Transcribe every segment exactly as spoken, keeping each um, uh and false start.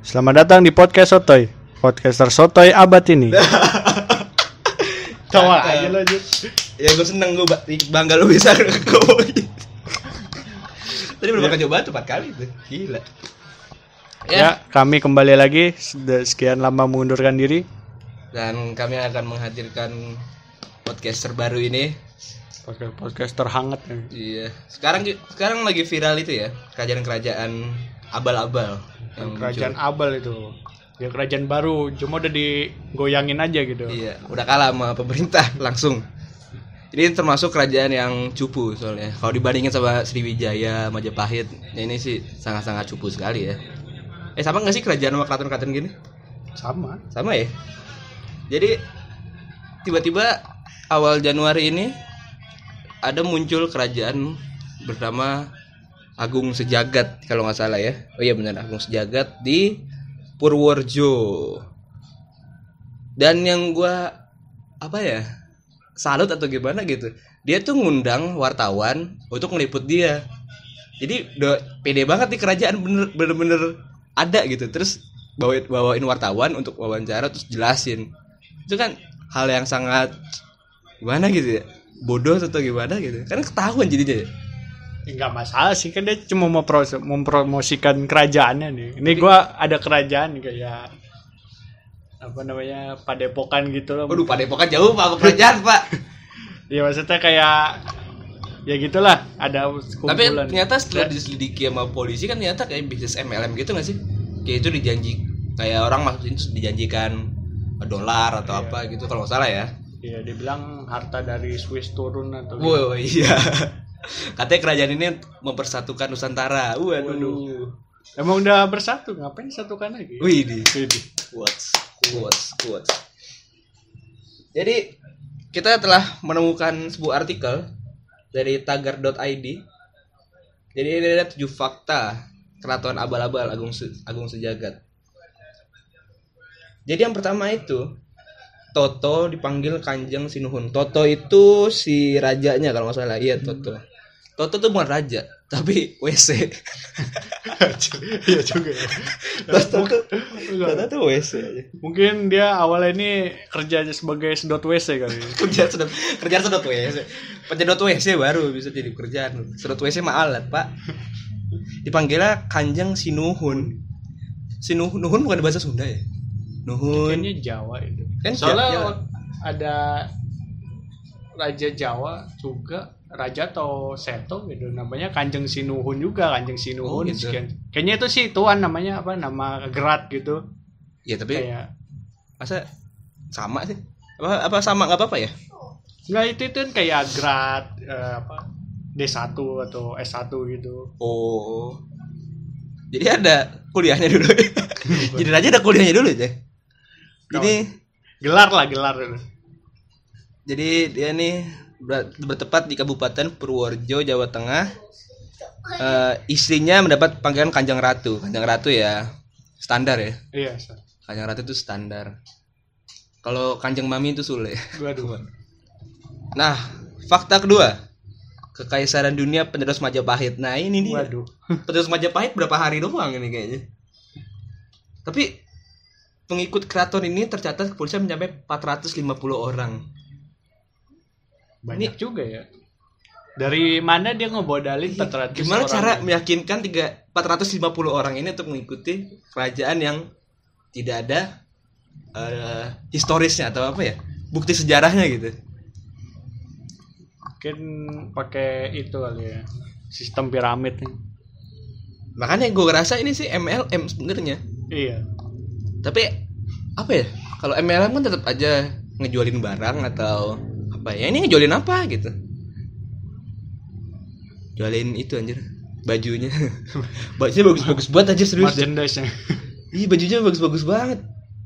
Selamat datang di podcast Sotoy, podcaster Sotoy abad ini. Tawa aja lo aja. Ya gue seneng, gue bangga lo bisa ngomongin. Tadi berapa kali coba empat kali tuh, gila. Ya. ya, kami kembali lagi sekian lama mengundurkan diri. Dan kami akan menghadirkan podcast terbaru ini. Podcast podcast terhangat ya. Iya. Sekarang sekarang lagi viral itu ya, kerajaan-kerajaan abal-abal. Yang kerajaan muncul. Abal itu. Ya kerajaan baru, cuma udah digoyangin aja gitu. Iya, udah kalah sama pemerintah langsung. Ini termasuk kerajaan yang cupu soalnya. Kalau dibandingin sama Sriwijaya, Majapahit, ya ini sih sangat-sangat cupu sekali ya. Eh sama nggak sih kerajaan sama keraton-keraton gini? Sama. Sama ya. Jadi tiba-tiba awal Januari ini ada muncul kerajaan bernama Agung Sejagat kalau nggak salah ya. Oh iya benar, Agung Sejagat di Purworejo. Dan yang gua apa ya, salut atau gimana gitu, dia tuh ngundang wartawan untuk ngeliput dia. Jadi udah pede banget nih kerajaan, bener bener ada gitu. Terus bawain bawain wartawan untuk wawancara terus jelasin. Itu kan hal yang sangat gimana gitu ya, bodoh atau gimana gitu. Kan ketahuan jadinya. Enggak masalah sih, kan dia cuma mau mempromosikan kerajaannya nih. Ini gua ada kerajaan kayak apa namanya, Padepokan gitu loh. Waduh, Padepokan jauh Pak, kerajaan Pak. Iya maksudnya kayak ya gitulah, ada kumpulan. Tapi ternyata setelah diselidiki sama polisi kan ternyata kayak bisnis M L M gitu nggak sih? Kayak itu dijanji, kayak orang masuk sini dijanjikan dolar atau iya. apa gitu kalau nggak salah ya. Iya, dia bilang harta dari Swiss turun atau. Wow gitu. Iya. Katanya kerajaan ini mempersatukan Nusantara. Waduh. Waduh. Emang udah bersatu, ngapain disatukan lagi? Wih, di. Quotes, quotes, quotes. Jadi kita telah menemukan sebuah artikel dari tagar dot i d. Jadi ini ada tujuh fakta keraton abal-abal Agung Se- Agung Sejagat. Jadi yang pertama itu Toto dipanggil Kanjeng Sinuhun. Toto itu si rajanya kalau nggak salah. Iya Toto. Toto tuh bukan raja, tapi W C. Iya juga ya. Toto tuh, Toto tuh W C aja. Mungkin dia awalnya ini kerja sebagai sedot W C kali. kerja sedot, kerja sedot W C. Penjedot W C baru bisa jadi kerjaan. Sedot W C mah alat, Pak. Dipanggilnya Kanjeng Sinuhun. Sinuhun bukan bahasa Sunda ya? Nuhun. Kayaknya Jawa itu. Kan soalnya Jawa. Ada Raja Jawa juga, raja atau seto gitu, namanya Kanjeng Sinuhun juga, Kanjeng Sinuhun. Oh, gitu. Kayaknya itu sih tuan namanya apa, nama gerat gitu. Ya tapi kayak masa sama sih? Apa apa sama enggak apa-apa ya? Enggak, itu itu kan kayak gerat eh, apa D satu atau S satu gitu. Oh. Jadi ada kuliahnya dulu. Jadi raja ada kuliahnya dulu ya. Jadi gelar lah, gelar dulu. Jadi dia nih bertepat di Kabupaten Purworejo, Jawa Tengah. Uh, istrinya mendapat panggilan Kanjeng Ratu. Kanjeng Ratu ya standar ya. Iya. Kanjeng Ratu itu standar. Kalau Kanjeng Mami itu Sule. Waduh. Nah, fakta kedua, Kekaisaran Dunia Penerus Majapahit. Nah ini dia. Waduh. Penerus Majapahit berapa hari doang ini kayaknya. Tapi pengikut keraton ini tercatat kepolisian mencapai empat ratus lima puluh orang. Banyak ini juga ya. Dari mana dia ngebodalin empat ratus gimana orang? Gimana cara ini meyakinkan empat ratus lima puluh orang ini untuk mengikuti kerajaan yang tidak ada uh, historisnya atau apa ya? Bukti sejarahnya gitu. Mungkin pakai itu kali ya. Sistem piramid nih. Makanya gue ngerasa ini sih M L M sebenarnya. Iya. Tapi apa ya? Kalau M L M kan tetap aja ngejualin barang atau apa ya? Ini ngejualin apa gitu? Jualin itu anjir, bajunya. Bajunya bagus-bagus banget anjir, serius. Merchandise-nya. Iya, bajunya bagus-bagus banget.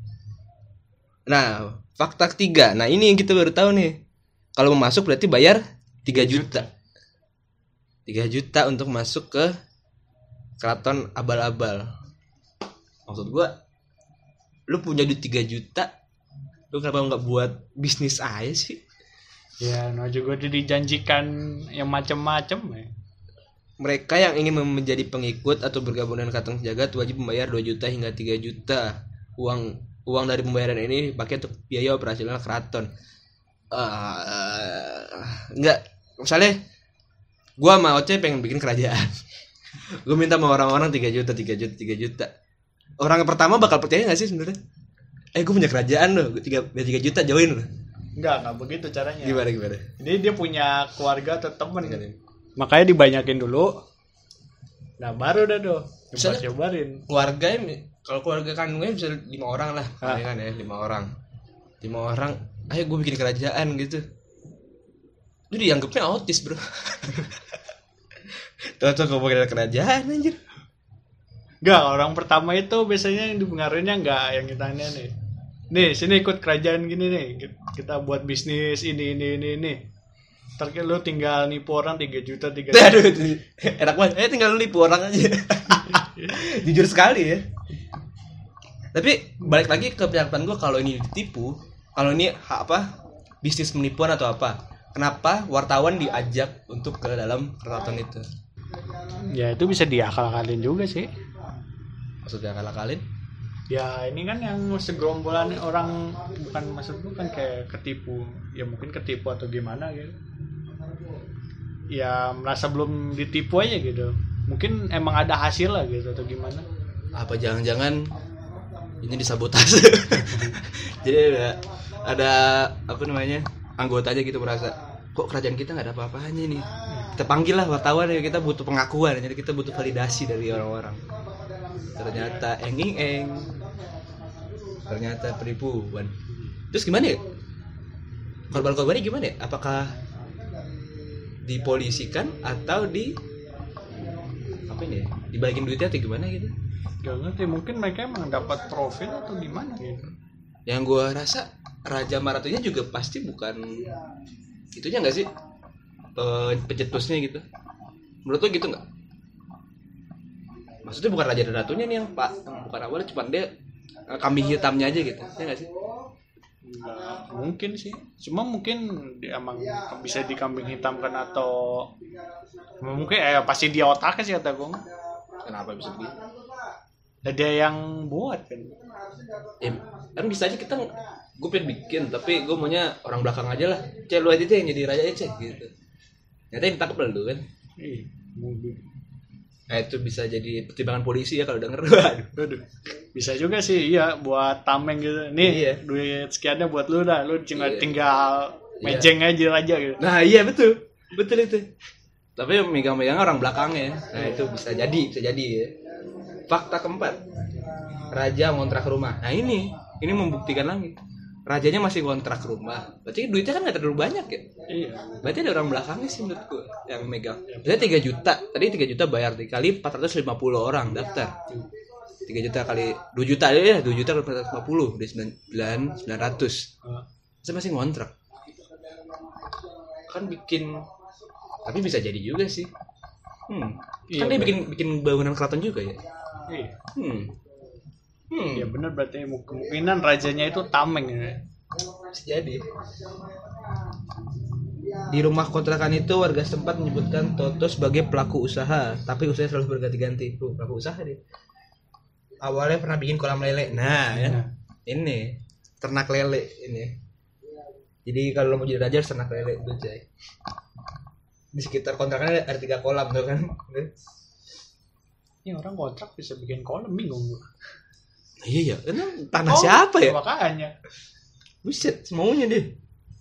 Nah, fakta ketiga. Nah, ini yang kita baru tahu nih. Kalau mau masuk berarti bayar tiga juta. tiga juta untuk masuk ke keraton abal-abal. Maksud gua, lu punya duit tiga juta, lu kenapa enggak buat bisnis aja sih? Ya, nah juga dijanjikan yang macam-macam ya. mereka yang ingin menjadi pengikut atau bergabung dengan Kraton Sejagat wajib membayar dua juta hingga tiga juta. Uang uang dari pembayaran ini dipakai untuk biaya operasional keraton. Uh, enggak, misalnya gua sama Oce pengen bikin kerajaan. Gue minta sama orang-orang tiga juta, tiga juta, tiga juta. Orang yang pertama bakal percaya enggak sih sebenarnya? Eh, gue punya kerajaan loh, tiga juta join loh. Enggak, enggak begitu caranya. Gimana gimana? Jadi dia punya keluarga atau teman kan. Makanya dibanyakin dulu. Nah, baru dah tuh. Coba-cobain. Keluarganya kalau keluarga kandungnya bisa lima orang lah, ah. kan ya, lima orang. Lima orang, ayo gue bikin kerajaan gitu. Itu dianggapnya autis, bro. Tuh-tuh gue bikin kerajaan anjir. Enggak, orang pertama itu biasanya yang dipengaruhinya enggak yang kita nih. Nih, sini ikut kerajaan gini nih. Kita buat bisnis ini ini ini ini. Ntar lu tinggal nipu orang tiga juta, tiga juta. Aduh, enak banget. Eh, tinggal nipu orang aja. Jujur sekali ya. Tapi balik lagi ke pernyataan gue, kalau ini ditipu, kalau ini apa? Bisnis penipuan atau apa? Kenapa wartawan diajak untuk ke dalam keraton itu? Ya itu bisa diakal-akalin juga sih. Maksudnya akal-akalin? Ya ini kan yang segerombolan orang, bukan maksud gue kan kayak ketipu. Ya mungkin ketipu atau gimana gitu. Ya merasa belum ditipu aja gitu. Mungkin emang ada hasil lah gitu atau gimana. Apa jangan-jangan ini disabotase. Jadi ada ada apa namanya? Anggotanya gitu merasa, kok kerajaan kita nggak ada apa-apanya nih. Kita panggil lah wartawan ya, kita butuh pengakuan, jadi kita butuh validasi dari orang-orang. Ternyata enging-eng. Ternyata penipuan. Terus gimana ya? Korban-korbannya gimana ya? Apakah dipolisikan atau di apa ini ya? Dibagiin duitnya atau gimana gitu? Gak ngerti, mungkin mereka emang dapat profit atau gimana gitu. Yang gue rasa Raja Maratunya juga pasti bukan itunya nggak sih, pencetusnya gitu. Menurut lo gitu nggak? Maksudnya bukan Raja dan Ratunya nih yang pak, bukan awalnya, cuma dia kambing hitamnya aja gitu, ya nggak sih? Nggak mungkin sih, cuma mungkin dia emang bisa dikambing hitamkan atau mungkin eh pasti dia otaknya sih kata gue. Kenapa bisa begitu? Ada yang buat kan? Ya, kan bisa aja kita, gue pengen bikin tapi gue maunya orang belakang aja lah. Cek lu aja deh yang jadi raja aja gitu. Nyata yang ditangkap lu kan? Iya. Nah itu bisa jadi pertimbangan polisi ya kalau denger. Waduh. Bisa juga sih, iya, buat tameng gitu. Nih iya, duit sekiannya buat lu dah, lu tinggal, iya. tinggal mejeng iya. aja raja gitu. Nah iya betul, betul itu. Tapi megang-megang orang belakangnya. Nah itu bisa jadi, bisa jadi ya. Fakta keempat, raja ngontrak rumah. Nah ini, ini membuktikan lagi. Rajanya masih ngontrak rumah. Berarti duitnya kan nggak terlalu banyak ya? Iya. Berarti ada orang belakangnya sih menurutku yang megang. Berarti tiga juta. Tadi tiga juta bayar dikali empat ratus lima puluh orang daftar. tiga juta kali dua juta ya, dua juta kali empat ratus lima puluh udah sembilan ratus. Saya masih ngontrak. Kan bikin, tapi bisa jadi juga sih. Hmm. Kan iya, dia bikin bikin bangunan keraton juga ya. Iya. Hmm. Hmm. Ya benar, berarti kemungkinan rajanya itu tameng ya. Bisa jadi. Di rumah kontrakan itu warga setempat menyebutkan Toto sebagai pelaku usaha, tapi usahanya selalu berganti-ganti. Tuh, pelaku usaha dia. Awalnya pernah bikin kolam lele. Nah, ya. Nah. Ini ternak lele ini. Jadi kalau mau jadi raja harus ternak lele tuh, Jay. Di sekitar kontrakannya ada tiga kolam tuh kan. Ini orang kontrak bisa bikin kolam, bingung gua. Iya ya, itu tanah oh, siapa ya? Makanya. Buset, semaunya deh.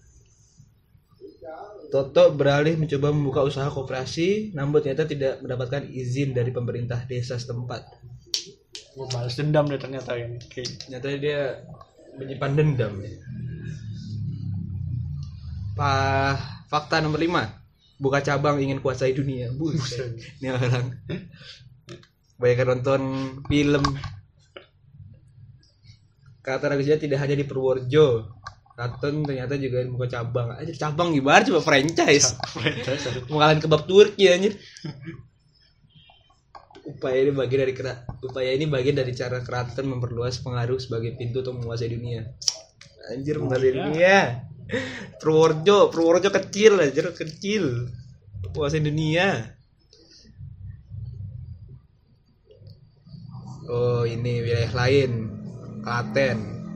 Toto beralih mencoba membuka usaha koperasi, namun ternyata tidak mendapatkan izin dari pemerintah desa setempat. Gua balas dendam deh ternyata ini. Ternyata dia menyimpan dendam. Pak, fakta nomor lima. Buka cabang ingin kuasai dunia. Buset. Ini orang. Banyak nonton film. Kata Raja tidak hanya di Purworejo. Kraton ternyata juga membuka cabang. Aja cabang gimana coba franchise. Franchise. Mengalahin kebab Turki anjir. Upaya ini bagian dari upaya ini bagian dari cara Kraton memperluas pengaruh sebagai pintu untuk menguasai dunia. Anjir, menguasai dunia. Purworejo, Purworejo kecil anjir, kecil. Menguasai dunia. Oh ini wilayah lain, Klaten.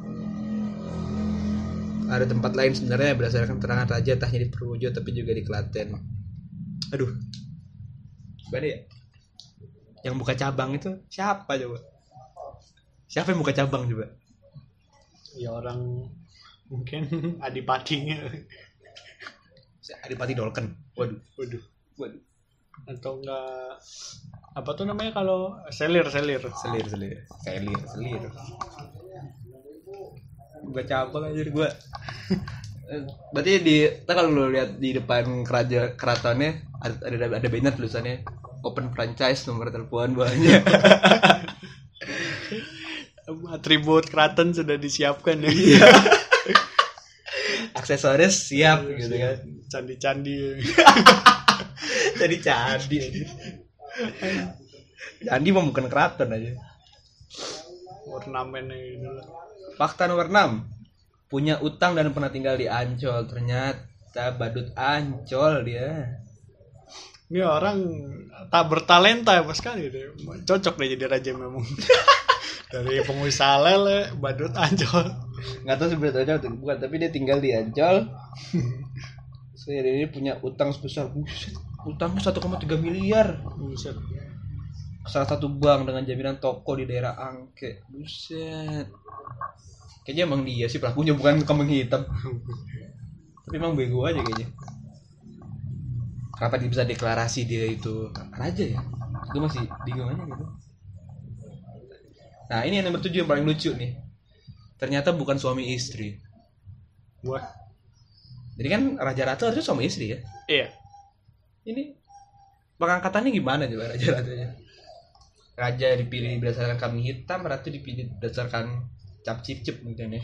Ada tempat lain sebenarnya berdasarkan keterangan raja, tak hanya di Purworejo tapi juga di Klaten. Aduh, gimana ya? Yang buka cabang itu siapa coba? Siapa yang buka cabang coba? Ya orang mungkin adipatinya. Adipati Dolken. Waduh, Waduh. waduh. Atau enggak apa tuh namanya kalau selir selir Selir, selir, selir, selir. Buka cabang aja gua. Berarti di, kita kalau lu lihat di depan keraja keratoannya ada ada, ada banner tulisannya open franchise, nomor telepon banyak. Atribut keraton sudah disiapkan ya. Iya. Aksesoris siap gitu kan. Candi-candi. Jadi candi. Candi mah bukan keraton aja. Ornamennya gitu. Fakta nomor enam. Punya utang dan pernah tinggal di Ancol. Ternyata badut Ancol dia. Ini orang tak bertalenta apa sekali deh. Cocok deh jadi raja memang. Dari pengusaha lele, badut Ancol. Nggak tahu sebenarnya cocok bukan, tapi dia tinggal di Ancol. Saya ini punya utang sebesar buset. Utangnya satu koma tiga miliar. Buset. Salah satu bank dengan jaminan toko di daerah Angke. Buset. Kayaknya emang dia sih pelakunya, bukan kambing hitam. Tapi emang bego aja kayaknya. Kenapa dia bisa deklarasi dia itu raja ya? Gue masih bingung aja gitu. Nah ini yang nomor tujuh yang paling lucu nih. Ternyata bukan suami istri. Wah. Jadi kan Raja Ratu harusnya suami istri ya? Iya. Ini pengangkatannya gimana coba Raja Ratunya? Raja dipilih berdasarkan kambing hitam, Ratu dipilih berdasarkan cap cip-cip mungkin ya.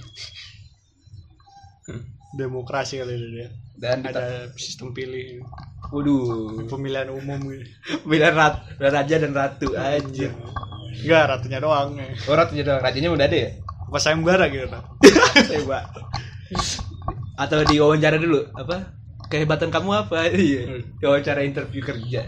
Demokrasi kali ini dia. Dan ada sistem pilih. Waduh, Pemilihan umum gitu. pilihan rat, raja dan ratu aja. Enggak, ratunya doang. Oh ratunya doang, rajanya udah ada ya? Apa sayembara gitu, Pak? Coba. Atau diwawancara dulu, apa? Kehebatan kamu apa? Iya. Diwawancara interview kerja.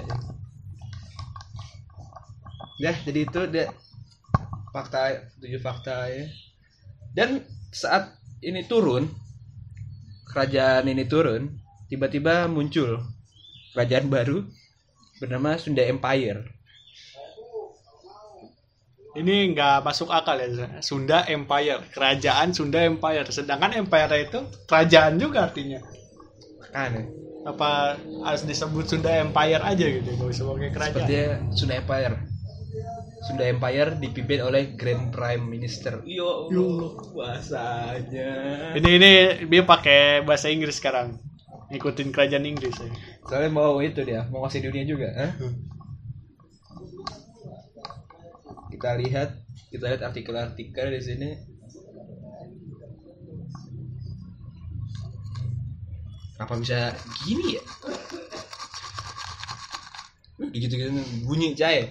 Ya, jadi itu dia fakta, tujuh fakta ya. Dan saat ini turun, kerajaan ini turun, tiba-tiba muncul kerajaan baru bernama Sunda Empire. Ini nggak masuk akal ya, Sunda Empire, kerajaan Sunda Empire. Sedangkan Empire itu kerajaan juga artinya. Kan? Apa harus disebut Sunda Empire aja gitu, nggak usah pakai kerajaan. Sepertinya Sunda Empire. Sunda Empire dipimpin oleh Grand Prime Minister. Yo, bahasanya. Ini ini dia pakai bahasa Inggris sekarang, ngikutin kerajaan Inggris. Ya. Soalnya mau itu dia, mau ngasih dunia juga. Eh? Kita lihat, kita lihat artikel-artikel di sini. Apa bisa gini ya? Gitu-gitu bunyi cahaya.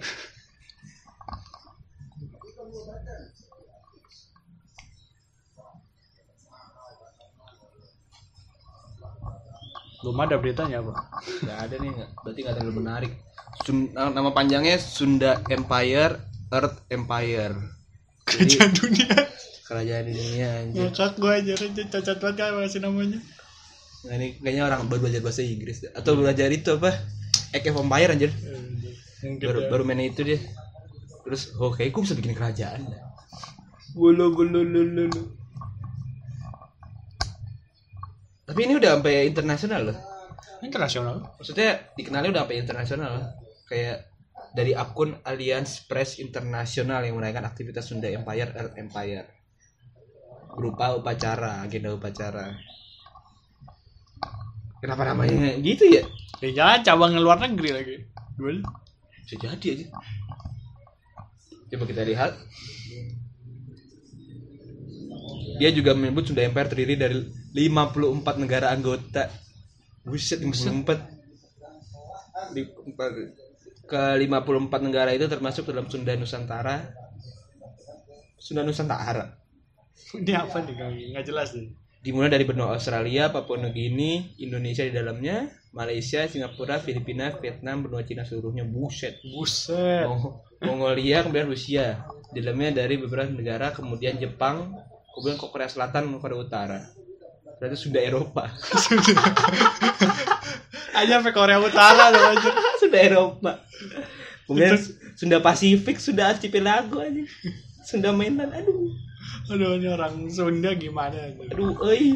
Belum ada beritanya apa? Nggak ada nih, nggak. Berarti nggak terlalu menarik. Sun, nama panjangnya Sunda Empire, Earth Empire. Kerajaan dunia. Kerajaan dunia anjir. Ngakak gue aja, cacat banget kan masih namanya. Nah ini kayaknya orang baru belajar bahasa Inggris atau belajar itu apa? Age of Empire anjir. Mungkin Baru ya. baru main itu dia. Terus oh kayak gue bisa bikin kerajaan. Wolo wolo lolo. Tapi ini udah sampai internasional loh. Internasional. Maksudnya dikenalnya udah sampai internasional loh. Kayak dari akun Alliance Press Internasional yang menaikkan aktivitas Sunda Empire Earth Empire berupa upacara, agenda upacara. Kenapa namanya gitu ya? Ya jangan cabang luar negeri lagi. Duel. Bisa jadi aja. Coba kita lihat. Dia juga menyebut Sunda Empire terdiri dari lima puluh empat negara anggota. Buset, lima puluh empat. Di, ke lima puluh empat negara itu termasuk dalam Sunda Nusantara. Sunda Nusantara. Ini apa nih? Nggak jelas nih. Dimulai dari benua Australia, Papua Nugini, Indonesia di dalamnya, Malaysia, Singapura, Filipina, Vietnam, benua Cina seluruhnya. Buset. Buset. Mong- Mongolia, kemudian Rusia. di dalamnya dari beberapa negara, kemudian Jepang, kemudian Korea Selatan, Korea Utara. Berarti sudah Eropa. Aja sampai Korea Utara loh aja. Sudah Eropa. Kemudian Sunda Pasifik, sudah archipelago aja. Sunda mainland, aduh. Aduh, ini orang Sunda gimana? Aduh, euy.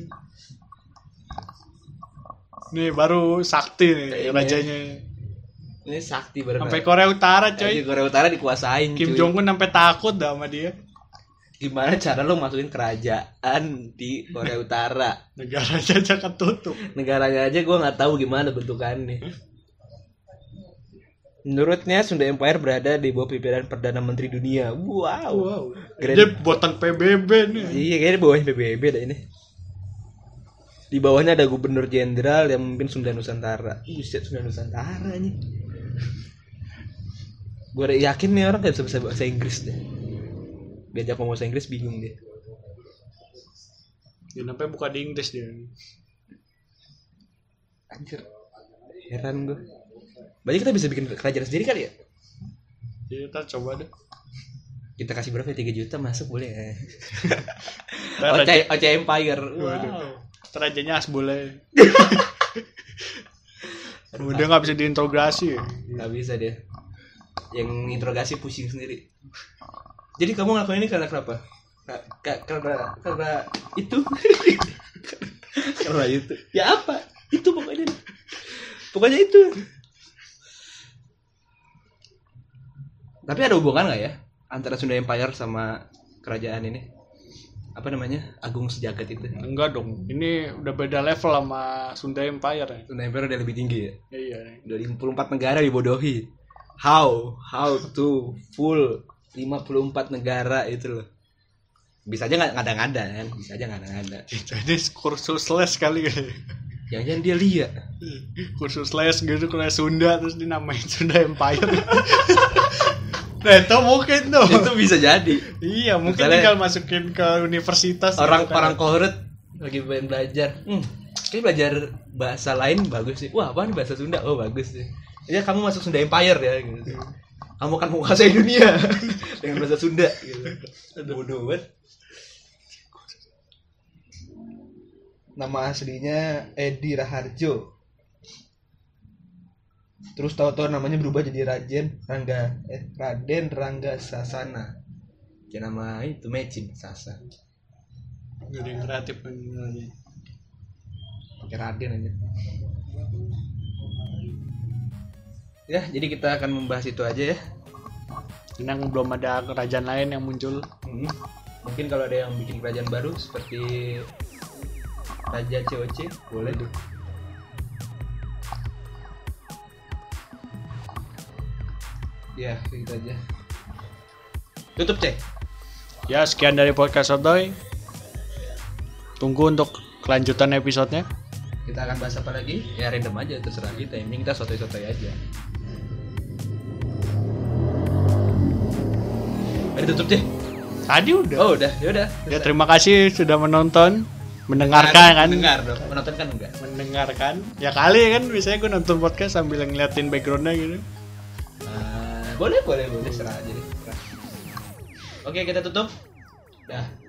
Nih baru sakti nih Kayaknya. rajanya. Ini sakti bener. Sampai Korea Utara, coy. Korea Utara dikuasain. Kim cuy. Jong Un sampai takut dah sama dia. Gimana cara lo masukin kerajaan di Korea Utara? Negaranya aja ketutup. Negaranya aja gue nggak tahu gimana bentukannya. Menurutnya Sunda Empire berada di bawah pimpinan Perdana Menteri Dunia. Wow. Wow. Grand- Dia buatan P B B nih. Iya, kayaknya di bawahnya P B B dah ini. Di bawahnya ada gubernur jenderal yang memimpin Sunda Nusantara. Buset, Sunda Nusantara nih. Gue yakin nih orang gak bisa bahasa Inggris deh. Diajak ngomong bahasa Inggris bingung dia. Dia sampai buka di Inggris dia. Anjir. Heran gue. Berarti kita bisa bikin kerajaan sendiri kali ya? Jadi kita coba deh. Kita kasih berapa? tiga juta masuk boleh ya? Ntar Oce, raja- Oce Empire. Waduh. Wow. ntar rajanya as boleh. Aduh, dia nggak bisa diintegrasi. Gak bisa dia. Yang interogasi pusing sendiri. Jadi kamu ngelakuin ini karena kenapa? Ka- ka- Karena karena itu. Karena itu. Ya apa? Itu pokoknya. Pokoknya itu. Tapi ada hubungan nggak ya antara Sunda Empire sama kerajaan ini? Apa namanya? Agung Sejagat itu. Enggak dong. Ini udah beda level sama Sunda Empire ya. Sunda Empire udah lebih tinggi ya. Iya. Udah lima puluh empat negara dibodohi. How? How to full lima puluh empat negara itu loh. Bisa aja nggak ngada-ngada kan? Bisa aja ngada-ngada. Jadi kursus les kali ya. Jangan-jangan dia lihat. Kursus les gitu kelas Sunda terus dinamain Sunda Empire. Nah itu mungkin tuh. Itu bisa jadi. Iya mungkin Misalnya, tinggal masukin ke universitas. Orang gitu kan. orang kohort lagi pengen belajar. Hmm, kayak belajar bahasa lain bagus sih. Wah, apa nih bahasa Sunda? Oh, bagus sih. Ya kamu masuk Sunda Empire ya gitu. Kamu kan menguasai dunia dengan bahasa Sunda gitu. Bodoh banget. Nama aslinya Edi Raharjo. Terus tahu-tahu namanya berubah jadi Raden Rangga eh Raden Rangga Sasana. Kayak nama itu matching Sasa. Gak ada yang kreatif lagi. Pakai Raden aja. Ya, jadi kita akan membahas itu aja ya. Ini yang belum ada kerajaan lain yang muncul. Hmm. Mungkin kalau ada yang bikin kerajaan baru seperti Raja C O C boleh tuh. Ya, gitu aja. Tutup cek. Ya sekian dari podcast Sotoy. Tunggu untuk kelanjutan episodenya. Kita akan bahas apa lagi? Ya random aja, terserah kita. Yang penting kita sotoy-sotoy aja. Ayo tutup deh. Tadi udah. Oh udah, ya udah. Ya terima kasih sudah menonton, mendengarkan kan. Mendengar dong. Menonton kan enggak? Mendengarkan. Ya kali kan biasanya gue nonton podcast sambil ngeliatin backgroundnya gitu. Uh, boleh, boleh, boleh. Serah aja deh. Serah. Oke, kita tutup. Dah.